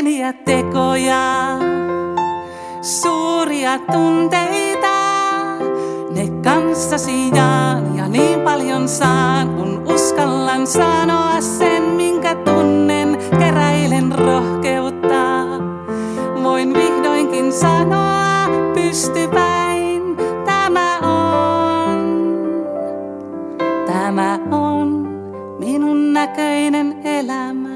pieniä tekoja, suuria tunteita. Ne kanssasi jaan ja niin paljon saan, kun uskallan sanoa sen, minkä tunnen, keräilen rohkeutta. Voin vihdoinkin sanoa pystypäin, tämä on minun näköinen elämä.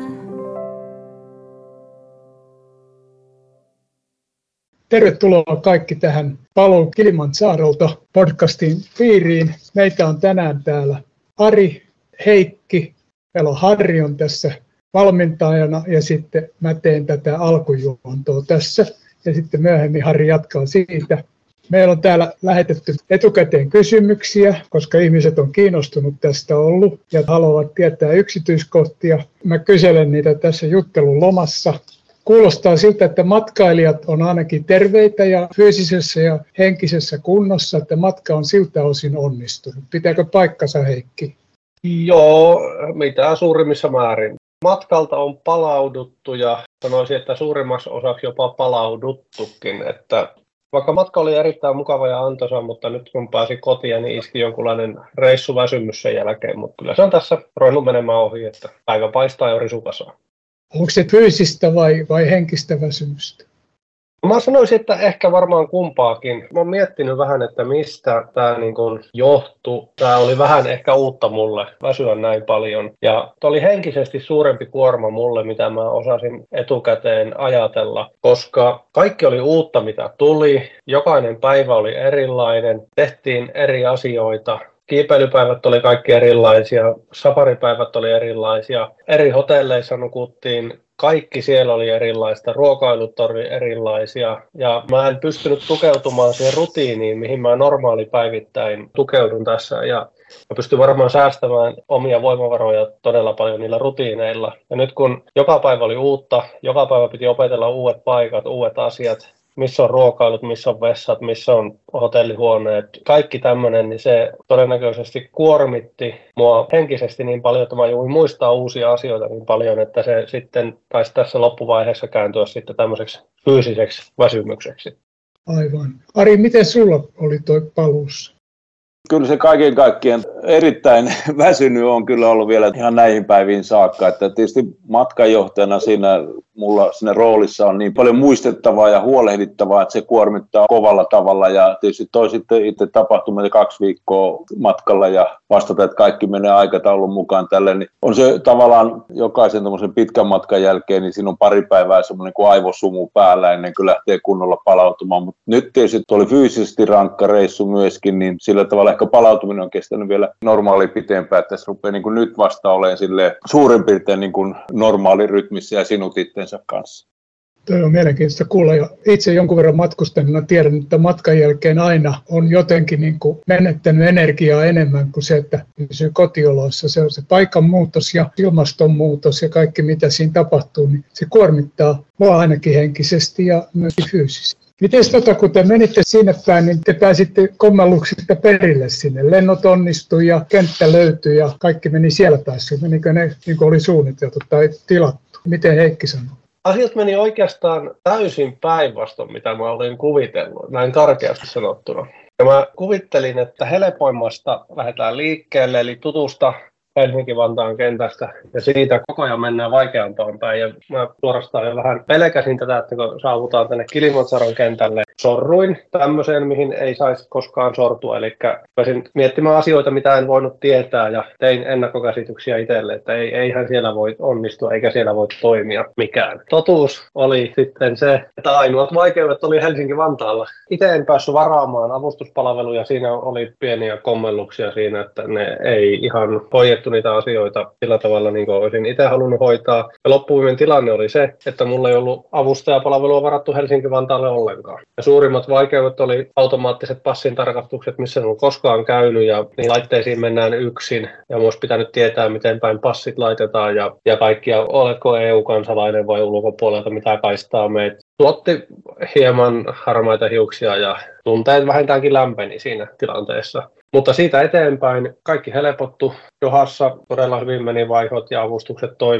Tervetuloa kaikki tähän Paluu Kilimandzarolta podcastin piiriin. Meitä on tänään täällä Ari, Heikki, meillä on Harri on tässä valmentajana ja sitten mä teen tätä alkujuontoa tässä. Ja sitten myöhemmin Harri jatkaa siitä. Meillä on täällä lähetetty etukäteen kysymyksiä, koska ihmiset on kiinnostunut tästä ollut ja haluavat tietää yksityiskohtia. Mä kyselen niitä tässä juttelun lomassa. Kuulostaa siltä, että matkailijat on ainakin terveitä ja fyysisessä ja henkisessä kunnossa, että matka on siltä osin onnistunut. Pitääkö paikkansa, Heikki? Joo, mitä suurimmissa määrin. Matkalta on palauduttu ja sanoisin, että suurimmaksi osaksi jopa palauduttukin. Että vaikka matka oli erittäin mukava ja antoisa, mutta nyt kun pääsi kotiin, niin iski jonkunlainen reissuväsymys sen jälkeen. Mutta kyllä se on tässä ruvennut menemään ohi, että päivä paistaa jo risukasaan. Onko se fyysistä vai henkistä väsymystä? Mä sanoisin, että ehkä varmaan kumpaakin. Mä oon miettinyt vähän, että mistä tämä johtui. Tämä oli vähän ehkä uutta mulle, väsyä näin paljon. Ja tämä oli henkisesti suurempi kuorma mulle, mitä mä osasin etukäteen ajatella. Koska kaikki oli uutta, mitä tuli. Jokainen päivä oli erilainen. Tehtiin eri asioita. Kiipeilypäivät oli kaikki erilaisia, safaripäivät oli erilaisia, eri hotelleissa nukuttiin, kaikki siellä oli erilaista, ruokailut oli erilaisia ja mä en pystynyt tukeutumaan siihen rutiiniin, mihin mä normaali päivittäin tukeudun tässä ja mä pystyn varmaan säästämään omia voimavaroja todella paljon niillä rutiineilla. Ja nyt kun joka päivä oli uutta, joka päivä piti opetella uudet paikat, uudet asiat, missä on ruokailut, missä on vessat, missä on hotellihuoneet, kaikki tämmöinen, niin se todennäköisesti kuormitti mua henkisesti niin paljon, että mä jouduin muistaa uusia asioita niin paljon, että se sitten taisi tässä loppuvaiheessa kääntyä sitten tämmöiseksi fyysiseksi väsymykseksi. Aivan. Ari, miten sulla oli toi paluussa? Kyllä se kaiken kaikkiaan erittäin väsynyt on kyllä ollut vielä ihan näihin päiviin saakka. Että tietysti matkanjohtajana mulla siinä roolissa on niin paljon muistettavaa ja huolehdittavaa, että se kuormittaa kovalla tavalla. Ja tietysti toi sitten itse tapahtumia 2 viikkoa matkalla ja vastata, että kaikki menee aikataulun mukaan tälle. Niin on se tavallaan jokaisen tommosen pitkän matkan jälkeen, niin siinä on pari päivää semmoinen kuin aivosumu päällä ennen kuin lähtee kunnolla palautumaan. Mutta nyt tietysti oli fyysisesti rankka reissu myöskin, niin sillä tavalla ehkä palautuminen on kestänyt vielä normaali pitempään, että tässä rupeaa niin kuin nyt vasta olemaan suurin piirtein niin kuin normaali rytmissä ja sinut itsensä kanssa. Tuo on mielenkiintoista kuulla. Ja itse jonkun verran matkustanut, tiedän, että matkan jälkeen aina on jotenkin niin kuin menettänyt energiaa enemmän kuin se, että pysyy kotioloissa. Se on se paikan muutos ja ilmastonmuutos ja kaikki mitä siinä tapahtuu, niin se kuormittaa mua ainakin henkisesti ja myös fyysisesti. Miten kun te menitte sinne päin, niin te pääsitte kommelluksista perille sinne. Lennot onnistui ja kenttä löytyi ja kaikki meni siellä päässä. Menikö ne niin kuin oli suunniteltu tai tilattu? Miten Heikki sanoi? Asiat meni oikeastaan täysin päinvastoin, mitä mä olin kuvitellut, näin karkeasti sanottuna. Ja mä kuvittelin, että helpoimmasta lähdetään liikkeelle, eli tutusta Helsinki-Vantaan kentästä, ja siitä koko ajan mennään vaikeampaan päin. Ja mä suorastaan jo vähän pelkäsin tätä, että kun saavutaan tänne Kilimandziaron kentälle, sorruin tämmöiseen, mihin ei saisi koskaan sortua. Eli pääsin miettimään asioita, mitä en voinut tietää, ja tein ennakkokäsityksiä itselle, että eihän siellä voi onnistua, eikä siellä voi toimia mikään. Totuus oli sitten se, että ainoat vaikeudet oli Helsinki-Vantaalla. Itse en päässyt varaamaan avustuspalveluja, siinä oli pieniä kommelluksia siinä, että ne ei ihan hoidettu niitä asioita sillä tavalla, niin kuin olisin itse halunnut hoitaa. Ja loppuviimeinen tilanne oli se, että mulla ei ollut avustajapalvelua varattu Helsinki-Vantaalle ollenkaan. Ja suurimmat vaikeudet oli automaattiset passin tarkastukset, missä en ollut koskaan käynyt, ja niihin laitteisiin mennään yksin. Ja olisi pitänyt tietää, miten päin passit laitetaan ja kaikkia, oletko EU-kansalainen vai ulkopuolelta, mitä kaistaa meitä. Tuotti hieman harmaita hiuksia ja tunteet vähintäänkin lämpeni siinä tilanteessa. Mutta siitä eteenpäin kaikki helpottu. Dohassa todella hyvin meni vaihot ja avustukset toimi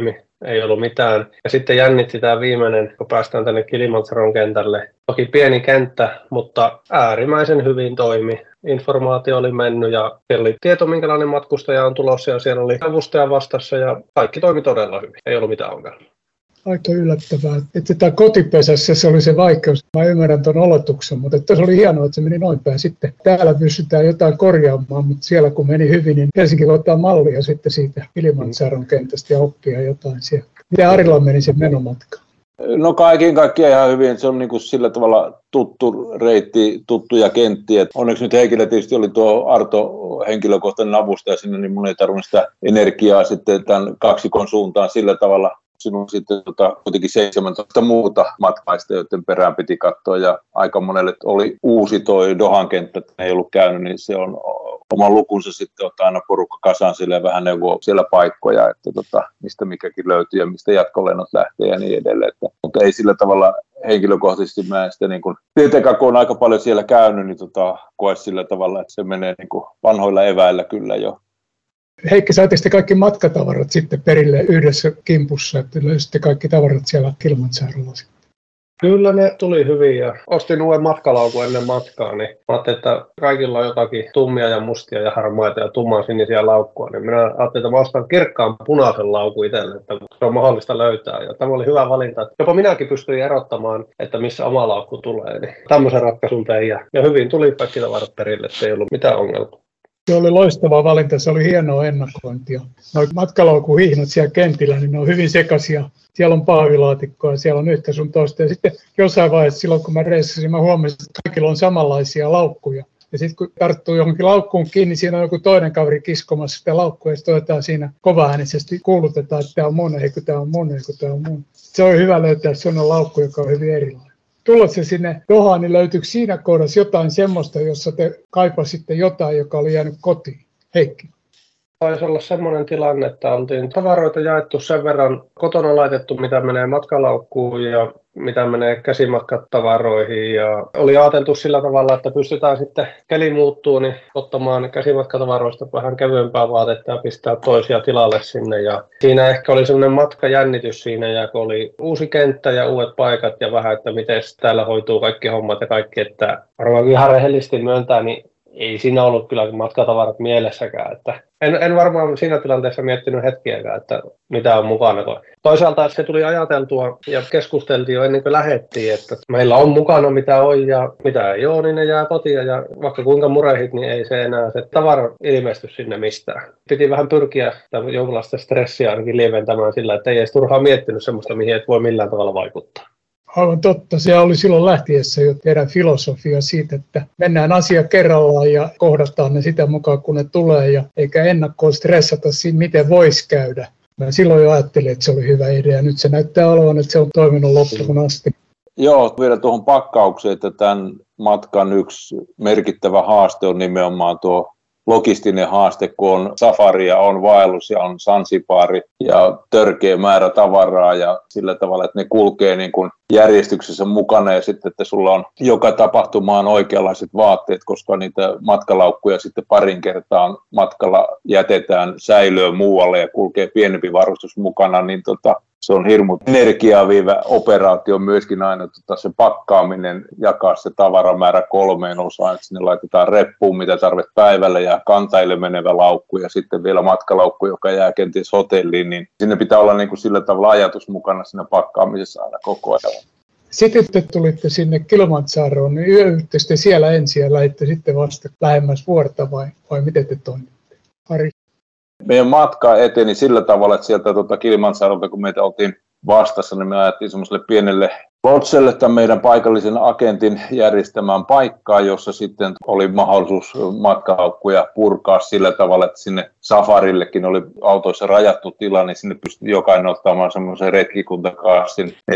ei ollut mitään. Ja sitten jännitti tämä viimeinen, kun päästään tänne Kilimanjaron kentälle. Toki pieni kenttä, mutta äärimmäisen hyvin toimi. Informaatio oli mennyt ja siellä oli tieto, minkälainen matkustaja on tulossa ja siellä oli avustaja vastassa ja kaikki toimi todella hyvin. Ei ollut mitään ongelmaa. Aika yllättävää. Että tämä kotipesässä se oli se vaikeus. Mä ymmärrän tuon oletuksen, mutta että se oli hienoa, että se meni noin päin. Sitten täällä pystytään jotain korjaamaan, mutta siellä kun meni hyvin, niin Helsinki ottaa mallia sitten siitä Kilimanjaron kentästä ja oppia jotain siellä. Miten Arilla meni se menomatka? No kaiken kaikkiaan ihan hyvin. Se on niin kuin sillä tavalla tuttu reitti, tuttuja kenttiä. Onneksi nyt Heikillä tietysti oli tuo Arto henkilökohtainen avustaja sinne, niin mun ei tarvinnut sitä energiaa sitten tämän kaksikon suuntaan sillä tavalla. Sinulla sitten kuitenkin 17 muuta matkaista, joiden perään piti katsoa ja aika monelle oli uusi toi Dohan kenttä, että ei ollut käynyt, niin se on oma lukunsa sitten ottaa aina porukka kasaan sille ja vähän neuvoo siellä paikkoja, että mistä mikäkin löytyy ja mistä jatkolennot lähtee ja niin edelleen. Mutta ei sillä tavalla henkilökohtaisesti mä sitä niin kuin, tietenkään kun on aika paljon siellä käynyt, niin koe sillä tavalla, että se menee niin kuin vanhoilla eväillä kyllä jo. Heikki, saatte sitten kaikki matkatavarat sitten perille yhdessä kimpussa, että löysitte kaikki tavarat siellä Kilimanjarolla sitten? Kyllä ne tuli hyvin ja ostin uuden matkalaukun ennen matkaa, niin ajattelin, että kaikilla on jotakin tummia ja mustia ja harmaita ja tummansinisiä laukkua, niin minä ajattelin, että mä ostan kirkkaan punaisen laukun itselle, että se on mahdollista löytää. Ja tämä oli hyvä valinta. Jopa minäkin pystyin erottamaan, että missä oma laukku tulee, niin tämmöisen ratkaisun tein ja hyvin tuli kaikki tavarat perille, että ei ollut mitään ongelmaa. Se oli loistava valinta, se oli hienoa ennakointia. Nuo matkalaukuhihnat siellä kentillä, niin ne on hyvin sekaisia. Siellä on pahvilaatikkoa, siellä on yhtä sun toista. Ja sitten jossain vaiheessa silloin, kun mä reissasin, mä huomasin, että kaikilla on samanlaisia laukkuja. Ja sitten kun tarttuu johonkin laukkuun kiinni, siinä on joku toinen kaveri kiskomassa sitä laukkua, ja sitten otetaan siinä kovaäänisesti, kuulutetaan, että tämä on mun, eikö tämä on mun, eikö tämä on mun. Se on hyvä löytää sellainen laukku, joka on hyvin erilainen. Tullessa sinne Dohaan, niin löytyykö siinä kohdassa jotain semmoista, jossa te kaipasitte jotain, joka oli jäänyt kotiin? Heikki. Taisi olla semmoinen tilanne, että oltiin tavaroita jaettu sen verran kotona laitettu, mitä menee matkalaukkuun ja mitä menee käsimatkatavaroihin. Ja oli ajateltu sillä tavalla, että pystytään sitten keli muuttuu, niin ottamaan käsimatkatavaroista vähän kevyempää vaatetta ja pistää toisia tilalle sinne. Ja siinä ehkä oli semmoinen matkajännitys siinä, ja kun oli uusi kenttä ja uudet paikat ja vähän, että miten täällä hoituu kaikki hommat ja kaikki, että varmaan ihan rehellisesti myöntää, niin ei siinä ollut kyllä matkatavarat mielessäkään. Että en varmaan siinä tilanteessa miettinyt hetkiäkään, että mitä on mukana. Toisaalta se tuli ajateltua ja keskusteltiin jo ennen kuin lähdettiin, että meillä on mukana mitä on ja mitä ei ole, niin ne jää kotiin. Ja vaikka kuinka murehit, niin ei se enää se tavara ilmesty sinne mistään. Piti vähän pyrkiä jonkinlaista stressiä ainakin lieventämään sillä, että ei edes turhaan miettinyt semmoista, mihin et voi millään tavalla vaikuttaa. Aivan totta. Se oli silloin lähtiessä jo teidän filosofia siitä, että mennään asia kerrallaan ja kohdataan ne sitä mukaan, kun ne tulee, ja eikä ennakkoon stressata siinä, miten voisi käydä. Mä silloin jo ajattelin, että se oli hyvä idea. Nyt se näyttää olevan, että se on toiminut loppuun asti. Joo, vielä tuohon pakkaukseen, että tämän matkan yksi merkittävä haaste on nimenomaan tuo logistinen haaste, kun on safari ja on vaellus ja on Sansipari ja törkeä määrä tavaraa ja sillä tavalla, että ne kulkee niin kuin järjestyksessä mukana ja sitten, että sulla on joka tapahtumaan oikeanlaiset vaatteet, koska niitä matkalaukkuja sitten parin kertaan matkalla jätetään säilöön muualle ja kulkee pienempi varustus mukana, niin se on hirmu energiaa viivä operaatio myöskin aina se pakkaaminen, jakaa se tavaramäärä 3 osaan, että sinne laitetaan reppuun, mitä tarvitset päivällä ja kantaille menevä laukku ja sitten vielä matkalaukku, joka jää kenties hotelliin, niin sinne pitää olla niin kuin sillä tavalla ajatus mukana siinä pakkaamisessa aina koko ajan. Sitten te tulitte sinne Kilimanjaroon, niin yövytte siellä ensin ja lähditte sitten vasta lähemmäs vuorta vai miten te toimitte? Ari? Meidän matka eteni sillä tavalla, että sieltä Kilimanjarolta, kun meitä oltiin vastassa, niin me ajettiin semmoiselle pienelle lotselle tämän meidän paikallisen agentin järjestämään paikkaa, jossa sitten oli mahdollisuus matkalaukkuja purkaa sillä tavalla, että sinne safarillekin oli autoissa rajattu tila, niin sinne pystyi jokainen ottamaan semmoisen retkikuntakassin 40-60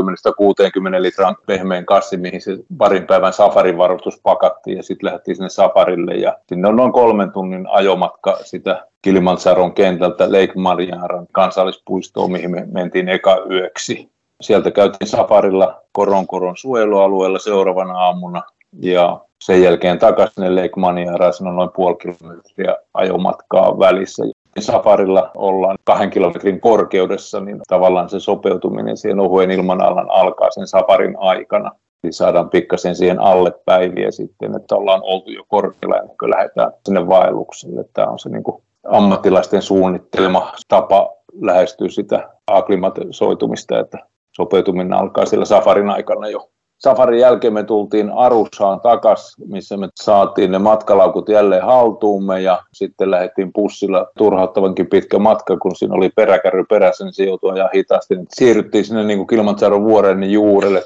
litran pehmeän kassin, mihin se parin päivän safarivarustus pakattiin ja sitten lähdettiin sinne safarille ja sinne on noin 3 tunnin ajomatka sitä Kilimanjaron kentältä Lake Marianan kansallispuistoon, mihin me mentiin eka yöksi. Sieltä käytiin safarilla Koronkoron suojelualueella seuraavana aamuna ja sen jälkeen takaisin Lake Marianaan, siinä on noin 0,5 kilometriä ajomatkaa välissä. safarilla ollaan 2 kilometrin korkeudessa, niin tavallaan se sopeutuminen siihen ohuen ilmanallaan alkaa sen safarin aikana. Eli saadaan pikkasen siihen alle päiviä sitten, että ollaan oltu jo korkealla ennen kuin lähdetään sinne vaellukselle. Tämä on se niin kuin ammattilaisten suunnittelema tapa lähestyä sitä akklimatisoitumista, että sopeutuminen alkaa siellä safarin aikana jo. Safarin jälkeen me tultiin Arussaan takaisin, missä me saatiin ne matkalaukut jälleen haltuumme ja sitten lähdettiin bussilla turhauttavankin pitkä matka, kun siinä oli peräkärry perässä, niin se joutui ajaa hitaasti. Siirryttiin sinne niin kuin Kilimanjaron vuoren juurelle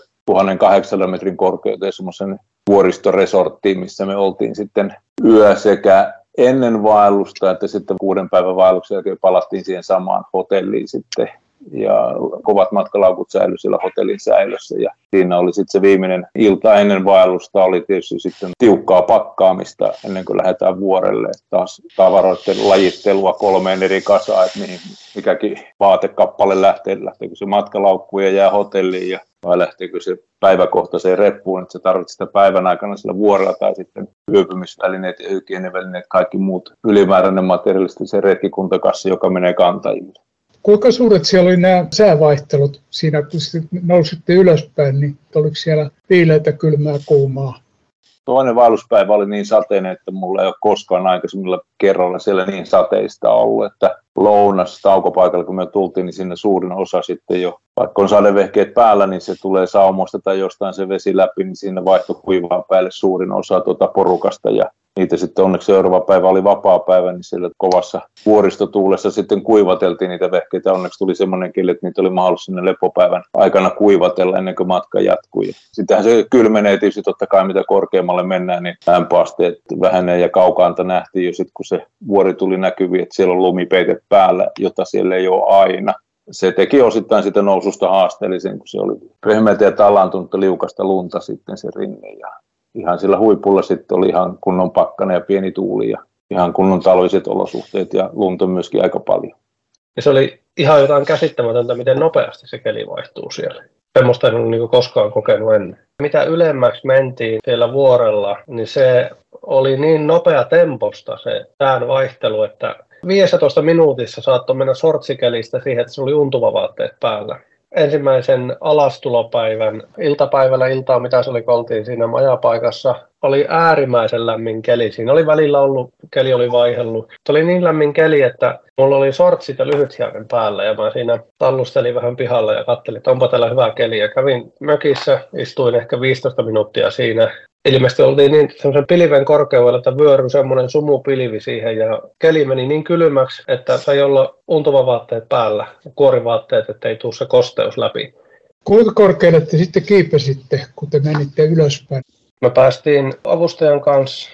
1800 metrin korkeuteen semmoisen vuoristoresorttiin, missä me oltiin sitten yö sekä ennen vaellusta että sitten 6 päivän vaelluksen jälkeen palattiin siihen samaan hotelliin sitten. Ja kovat matkalaukut säilyi siellä hotellin säilössä ja siinä oli sitten se viimeinen ilta ennen vaellusta oli tietysti sitten tiukkaa pakkaamista ennen kuin lähdetään vuorelle. Taas tavaroiden lajittelua 3 eri kasaan, että mihin mikäkin vaatekappale lähteekö se matkalaukku ja jää hotelliin vai lähteekö se päiväkohtaiseen reppuun, että se tarvitsee sitä päivän aikana sillä vuorella tai sitten yöpymisvälineet ja hygienivälineet, kaikki muut ylimääräinen materiaalisesti se retkikuntakassi, joka menee kantajille. Kuinka suuret siellä oli nämä säävaihtelut siinä, kun nousitte ylöspäin, niin oliko siellä viileitä, kylmää, kuumaa? Toinen vaelluspäivä oli niin sateinen, että mulla ei ole koskaan aikaisemmilla kerralla siellä niin sateista ollut, että lounas taukopaikalla, kun me tultiin, niin sinne suurin osa sitten jo, vaikka on sadevehkeet päällä, niin se tulee saumoista tai jostain se vesi läpi, niin siinä vaihtoi kuivaan päälle suurin osa porukasta ja niitä sitten onneksi seuraava päivä oli vapaa päivä, niin siellä kovassa vuoristotuulessa sitten kuivateltiin niitä vehkeitä. Onneksi tuli semmoinen keli, että niitä oli mahdollista sinne lepopäivän aikana kuivatella ennen kuin matka jatkui. Sittenhän se kylmenee tietysti totta kai mitä korkeammalle mennään, niin lämpöasteet vähenee ja kaukaanta nähtiin jo sitten kun se vuori tuli näkyviin, että siellä on lumipeite päällä, jota siellä ei ole aina. Se teki osittain sitä noususta haasteellisen, kun se oli pehmeätä ja talantunutta liukasta lunta sitten se rinne ja ihan sillä huipulla sitten oli ihan kunnon pakkana ja pieni tuuli ja ihan kunnon talviset olosuhteet ja lunta myöskin aika paljon. Ja se oli ihan jotain käsittämätöntä, miten nopeasti se keli vaihtuu siellä. Semmoista en ole niin koskaan kokenut ennen. Mitä ylemmäksi mentiin siellä vuorella, niin se oli niin nopea temposta se sään vaihtelu, että 15 minuutissa saattoi mennä sortsikelistä siihen, että se oli untuvavaatteet päällä. Ensimmäisen alastulopäivän iltaa, mitä se oli, kun oltiin siinä majapaikassa, oli äärimmäisen lämmin keli. Siinä oli välillä ollut, keli oli vaihdellut. Se oli niin lämmin keli, että mulla oli sortsit ja lyhythjärven päällä ja mä siinä tallustelin vähän pihalla ja katselin, että onpa täällä hyvä keli. Ja kävin mökissä, istuin ehkä 15 minuuttia siinä. Ilmeisesti oltiin niin semmoisen pilven korkeudella, että vyöryi semmoinen sumupilvi siihen ja keli meni niin kylmäksi, että sai olla untuvavaatteet päällä ja kuorivaatteet, ettei tule se kosteus läpi. Kuinka korkealle te sitten kiipesitte, kun te menitte ylöspäin? Me päästiin avustajan kanssa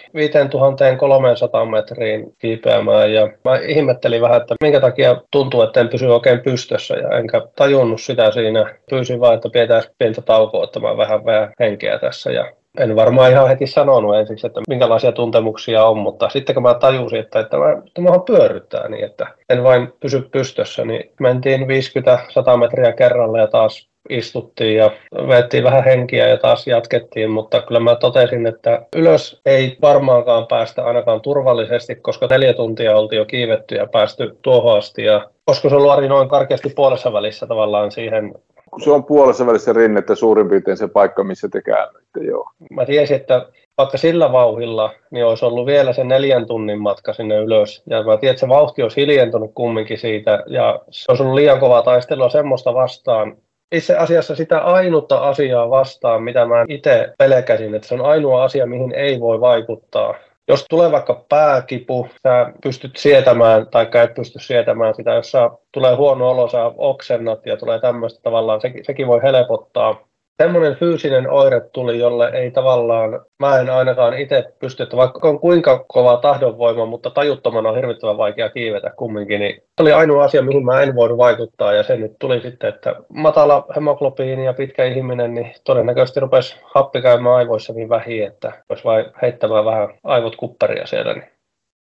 5300 metriin kiipeämään ja mä ihmettelin vähän, että minkä takia tuntuu, että en pysy oikein pystössä ja enkä tajunnut sitä siinä. Pyysin vaan, että pidetään pientä taukoa ottamaan vähän henkeä tässä ja en varmaan ihan heti sanonut ensiksi, että minkälaisia tuntemuksia on, mutta sitten kun mä tajusin, että tämähän pyörryttää niin, että en vain pysy pystössä, niin mentiin 50-100 metriä kerralla ja taas istuttiin ja vettiin vähän henkiä ja taas jatkettiin, mutta kyllä mä totesin, että ylös ei varmaankaan päästä ainakaan turvallisesti, koska 4 tuntia oltiin jo kiivetty ja päästy tuohon asti ja olisiko se ollut Ari noin karkeasti puolessa välissä tavallaan siihen. Se on puolessa välissä rinnettä suurin piirtein se paikka, missä te käännyitte, joo. Mä tiesin, että vaikka sillä vauhdilla, niin olisi ollut vielä se 4 tunnin matka sinne ylös. Ja mä tiedän, että se vauhti olisi hiljentynyt kumminkin siitä. Ja se olisi ollut liian kovaa taistelua semmoista vastaan. Itse asiassa sitä ainutta asiaa vastaan, mitä mä itse pelkäsin, että se on ainoa asia, mihin ei voi vaikuttaa. Jos tulee vaikka pääkipu, sä pystyt sietämään tai et pysty sietämään sitä, jos tulee huono olo, sä oksennat ja tulee tämmöistä tavallaan, sekin voi helpottaa. Semmoinen fyysinen oire tuli, jolle ei tavallaan, mä en ainakaan itse pysty, että vaikka on kuinka kova tahdonvoima, mutta tajuttomana on hirvittävän vaikea kiivetä kumminkin, niin se oli ainoa asia, mihin mä en voinut vaikuttaa ja se nyt tuli sitten, että matala hemoglobiini ja pitkä ihminen, niin todennäköisesti rupesi happi käymään aivoissa niin vähin, että olisi vain heittämään vähän aivot kupparia siellä. Niin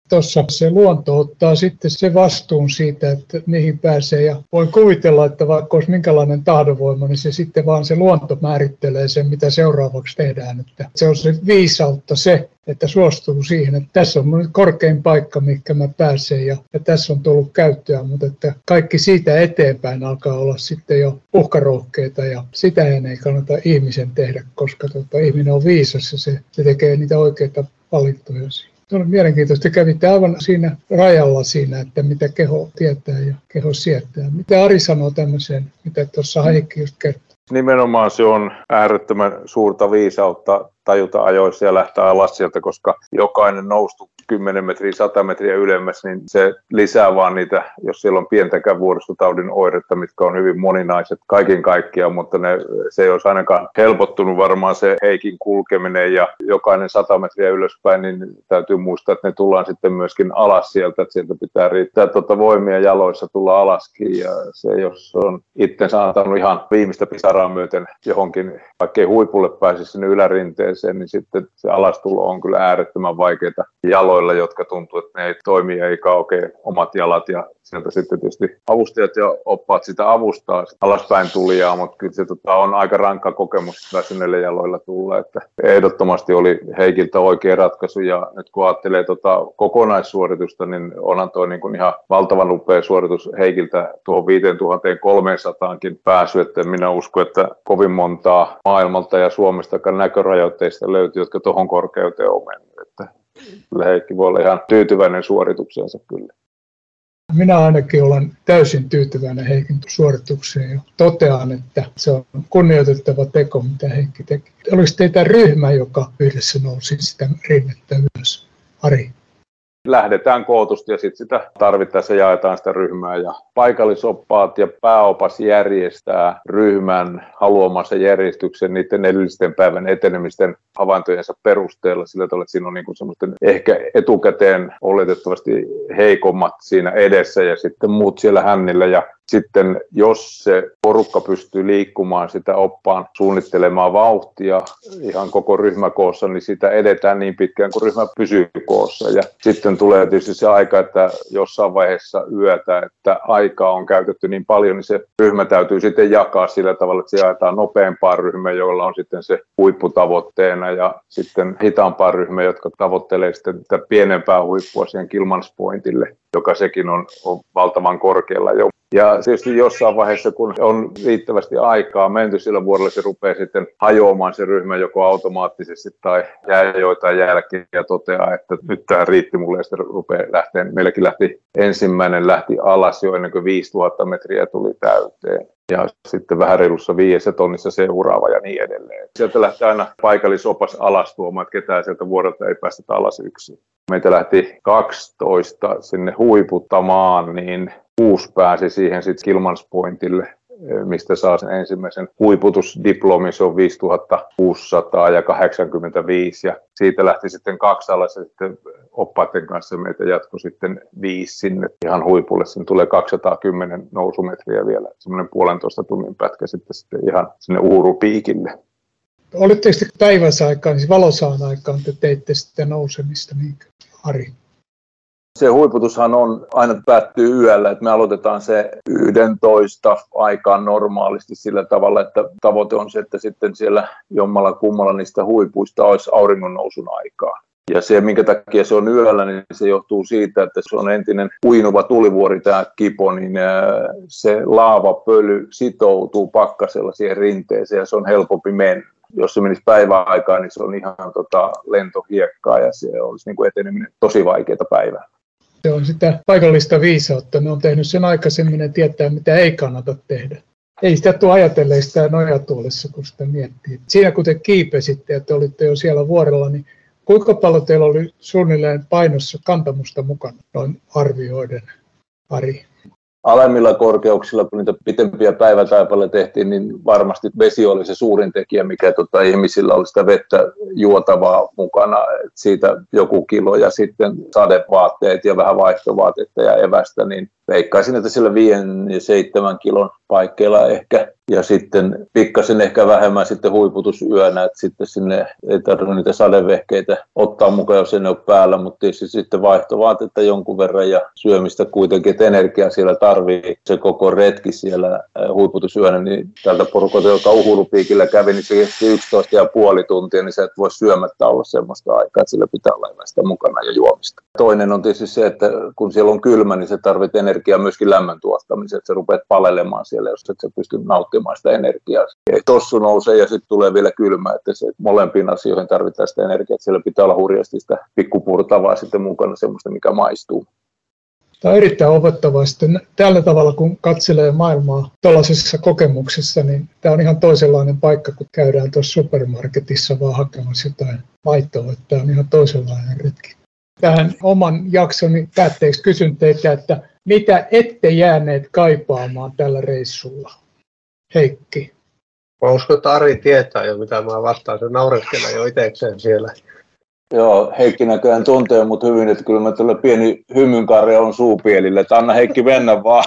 Tuossa se luonto ottaa sitten se vastuun siitä, että mihin pääsee. Ja voin kuvitella, että vaikka olisi minkälainen tahdonvoima, niin se sitten vaan se luonto määrittelee sen, mitä seuraavaksi tehdään. Että se on se viisautta se, että suostuu siihen, että tässä on mun korkein paikka, mihinkä mä pääsen ja tässä on tullut käyttöä, mutta että kaikki siitä eteenpäin alkaa olla sitten jo uhkarohkeita ja sitä ei kannata ihmisen tehdä, koska ihminen on viisas ja se tekee niitä oikeita valintoja. Se on mielenkiintoista. Kävitte aivan siinä rajalla siinä, että mitä keho tietää ja keho sietää. Mitä Ari sanoo tämmöiseen, mitä tuossa Heikki just kertoi? Nimenomaan se on äärettömän suurta viisautta tajuta ajoissa ja lähteä alas sieltä, koska jokainen noustu 10 metriä, 100 metriä ylemmäs, niin se lisää vaan niitä, jos siellä on pientäkään vuoristotaudin oiretta, mitkä on hyvin moninaiset kaiken kaikkiaan, mutta se ei olisi ainakaan helpottunut varmaan se Heikin kulkeminen ja jokainen 100 metriä ylöspäin, niin täytyy muistaa, että ne tullaan sitten myöskin alas sieltä, että sieltä pitää riittää voimia jaloissa tulla alaskin ja se, jos on itsensä antanut ihan viimeistä pisaraa myöten johonkin, vaikkei huipulle pääsisi sinne ylärinteeseen, niin sitten se alastulo on kyllä äärettömän vaikeaa jaloilla, jotka tuntuu, että ne ei toimi eikä oikein omat jalat ja sieltä sitten tietysti avustajat ja oppaat sitä avustaa alaspäin tulijaa, mutta kyllä se on aika rankka kokemus väsyneille jaloilla tulla, että ehdottomasti oli Heikiltä oikea ratkaisu ja nyt kun ajattelee kokonaissuoritusta, niin onhan tuo niin ihan valtavan upea suoritus Heikiltä tuohon 5300kin pääsy, että minä uskon, että kovin montaa maailmalta ja Suomestakaan näkörajoitteista löytyy, jotka tuohon korkeuteen on mennyt, että kyllä Heikki voi olla ihan tyytyväinen suoritukseensa kyllä. Minä ainakin olen täysin tyytyväinen Heikin suoritukseen ja totean, että se on kunnioitettava teko, mitä Heikki teki. Olisi teitä ryhmä, joka yhdessä nousi sitä rinnettä ylös? Ari? Lähdetään kootusti ja sitten sitä tarvittaessa jaetaan sitä ryhmää ja paikallisoppaat ja pääopas järjestää ryhmän haluamansa järjestyksen niiden edellisten päivän etenemisten havaintojensa perusteella sillä tavalla, että siinä on niin semmoisten ehkä etukäteen oletettavasti heikommat siinä edessä ja sitten muut siellä hännillä ja sitten jos se porukka pystyy liikkumaan sitä oppaan suunnittelemaan vauhtia ihan koko ryhmäkoossa, niin sitä edetään niin pitkään kuin ryhmä pysyy koossa. Ja sitten tulee tietysti se aika, että jossain vaiheessa yötä, että aikaa on käytetty niin paljon, niin se ryhmä täytyy sitten jakaa sillä tavalla, että se jaetaan nopeampaan ryhmään, jolla on sitten se huipputavoitteena ja sitten hitaampaan ryhmään, jotka tavoittelee sitten sitä pienempää huippua siihen Kilmans Pointille, joka sekin on valtavan korkealla jo. Ja tietysti jossain vaiheessa, kun on riittävästi aikaa menty sillä vuodella, se rupeaa sitten hajoamaan se ryhmä joko automaattisesti tai jää joitain jälkeen ja toteaa, että nyt tämä riitti mulle ja sitten rupeaa lähteä. Meilläkin ensimmäinen lähti alas jo ennen kuin 5000 metriä tuli täyteen. Ja sitten vähän reilussa 5 tonnissa seuraava ja niin edelleen. Sieltä lähtee aina paikallisopas alas tuomaan, että ketään sieltä vuodelta ei päästetä alas yksin. Meitä lähti 12 sinne huiputtamaan, niin 6 pääsi siihen sitten Kilmans Pointille, mistä saa sen ensimmäisen huiputusdiplomin, se on 5685 ja siitä lähti sitten 2 alas ja sitten oppaiden kanssa meitä jatkoi sitten 5 sinne ihan huipulle, sinne tulee 210 nousumetriä vielä, semmoinen 1,5 tunnin pätkä sitten ihan sinne Uurupiikille. Olitteko te päivänsä aikaan, siis valosaan aikaan, te teitte sitten nousemista, niin Ari? Se huiputushan on aina päättyy yöllä, että me aloitetaan se 11 aikaan normaalisti sillä tavalla, että tavoite on se, että sitten siellä jommalla kummalla niistä huipuista olisi auringonnousun aikaa. Ja se, minkä takia se on yöllä, niin se johtuu siitä, että se on entinen uinuva tulivuori tämä Kipo, niin se laavapöly sitoutuu pakkasella siihen rinteeseen ja se on helpompi mennä. Jos se menisi päivän aikaan, niin se on ihan lentohiekkaa ja se olisi niin kuin eteneminen tosi vaikeaa päivää. Se on sitä paikallista viisautta. Ne on tehnyt sen aikaisemmin ja tietää, mitä ei kannata tehdä. Ei sitä tule ajatelleen sitä nojatuolessa, kun sitä miettii. Siinä kun te kiipesitte ja te olitte jo siellä vuorella, niin kuinka paljon teillä oli suunnilleen painossa kantamusta mukana noin arvioiden, Ari? Alemmilla korkeuksilla, kun niitä pitempiä päivätaipaleita tehtiin, niin varmasti vesi oli se suurin tekijä, mikä ihmisillä oli sitä vettä juotavaa mukana. Et siitä joku kilo ja sitten sadevaatteet ja vähän vaihtovaatteita ja evästä, niin veikkaisin, että sillä 5 ja 7 kilon paikkeilla ehkä Ja sitten pikkasen ehkä vähemmän sitten huiputusyönä, että sitten sinne ei tarvitse niitä sadevehkeitä ottaa mukaan, jos ei ne ole päällä, mutta tietysti sitten vaihtovaatetta jonkun verran ja syömistä kuitenkin, että energiaa siellä tarvii se koko retki siellä huiputusyönä, niin tältä porukolta, joka Uhurupiikillä kävi, niin se kesti 11,5 tuntia, niin sä et voi syömättä olla semmoista aikaa, että sillä pitää olla evästä mukana ja juomista. Toinen on tietysti se, että kun siellä on kylmä, niin se tarvitsee energiaa myöskin lämmön tuottamiseen, että sä rupeat palelemaan siellä, jos et sä pysty nauttimaan sitä energiaa. Ei tossu nousee ja sitten tulee vielä kylmä, että se molempiin asioihin tarvitaan sitä energiaa, että siellä pitää olla hurjasti sitä pikkupurtavaa sitten mukana, semmoista mikä maistuu. Tämä on erittäin opettavaa sitten tällä tavalla, kun katselee maailmaa tuollaisissa kokemuksissa, niin tämä on ihan toisenlainen paikka, kun käydään tuossa supermarketissa vaan hakemassa jotain maitoa, että tämä on ihan toisenlainen retki. Tähän oman jaksoni päätteeksi kysyn teitä, että mitä ette jääneet kaipaamaan tällä reissulla? Heikki. Mä uskon, että Ari tietää jo, mitä mä vastaan. Se naureskelen jo itsekseen siellä. Joo, Heikki näköjään tuntee mut hyvin, että kyllä mä tällä pieni hymynkarja on suupielillä, että anna Heikki mennä vaan.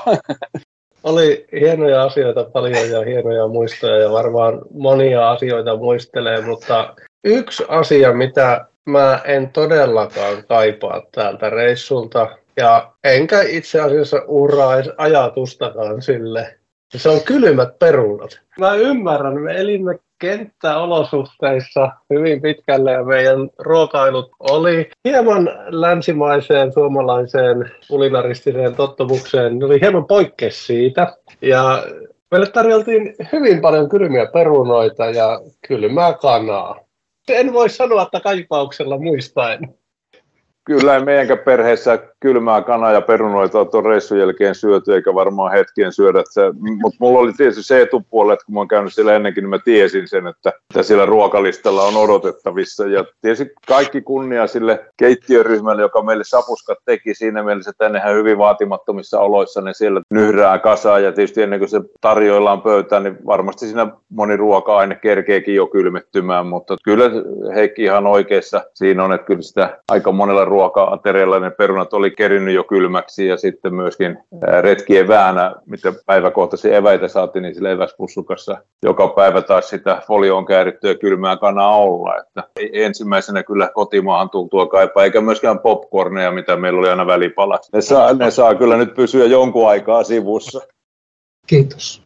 Oli hienoja asioita paljon ja hienoja muistoja ja varmaan monia asioita muistelee, mutta yksi asia, mitä mä en todellakaan kaipaa täältä reissulta ja enkä itse asiassa uraa edes ajatustakaan sille. Se on kylmät perunat. Mä ymmärrän, me elimme kenttäolosuhteissa hyvin pitkälle ja meidän ruokailut oli hieman länsimaiseen, suomalaiseen, kulinaristiseen tottumukseen. Ne oli hieman poikkea siitä ja meille tarjoltiin hyvin paljon kylmiä perunoita ja kylmää kanaa. En voi sanoa, että kaipauksella muistaen. Kyllä ei meidänkään perheessä kylmää kanaa ja perunoita on tuon reissun jälkeen syöty, eikä varmaan hetkien syödä. Mutta mulla oli tietysti se etupuoli, että kun mä oon käynyt siellä ennenkin, niin mä tiesin sen, että siellä ruokalistalla on odotettavissa. Ja tietysti kaikki kunnia sille keittiöryhmälle, joka meille sapuskat teki siinä mielessä, että ennenhän hyvin vaatimattomissa oloissa ne siellä nyhrää kasaan. Ja tietysti ennen kuin se tarjoillaan pöytään, niin varmasti siinä moni ruoka-aine kerkeekin jo kylmettymään. Mutta kyllä Heikki ihan oikeassa siinä on, että kyllä sitä aika monella ruoka-aterialla ne perunat oli kerinnyt jo kylmäksi ja sitten myöskin retkien väänä, mitä päiväkohtaisia eväitä saatiin, niin sillä eväspussukassa joka päivä taas sitä folioon käärittyä kylmää kanaa olla. Että ensimmäisenä kyllä kotimaahan tultua kaipaa, eikä myöskään popcorneja, mitä meillä oli aina välipalaksi. Ne saa kyllä nyt pysyä jonkun aikaa sivussa. Kiitos.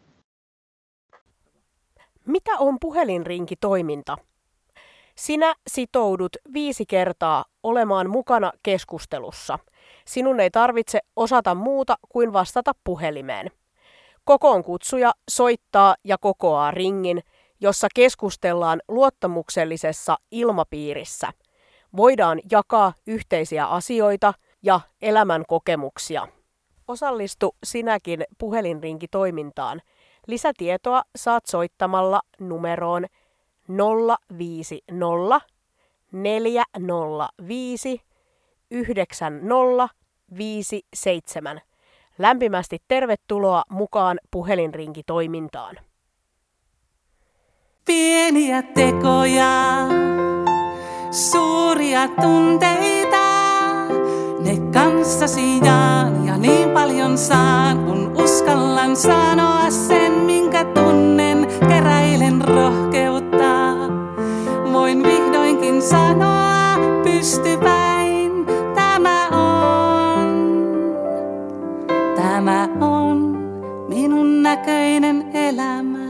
Mitä on puhelinrinkitoiminta? Sinä sitoudut 5 kertaa olemaan mukana keskustelussa. Sinun ei tarvitse osata muuta kuin vastata puhelimeen. Kokoonkutsuja soittaa ja kokoaa ringin, jossa keskustellaan luottamuksellisessa ilmapiirissä. Voidaan jakaa yhteisiä asioita ja elämän kokemuksia. Osallistu sinäkin puhelinrinkitoimintaan. Lisätietoa saat soittamalla numeroon 050 405 9057. Lämpimästi tervetuloa mukaan puhelinrinkitoimintaan. Pieniä tekoja, suuria tunteita, ne kanssasi jaan ja niin paljon saan, kun uskallan sanoa sen, minkä tunnen, keräilen rohkeutta. Voin vihdoinkin sanoa pystypäin, tämä on minun näköinen elämä.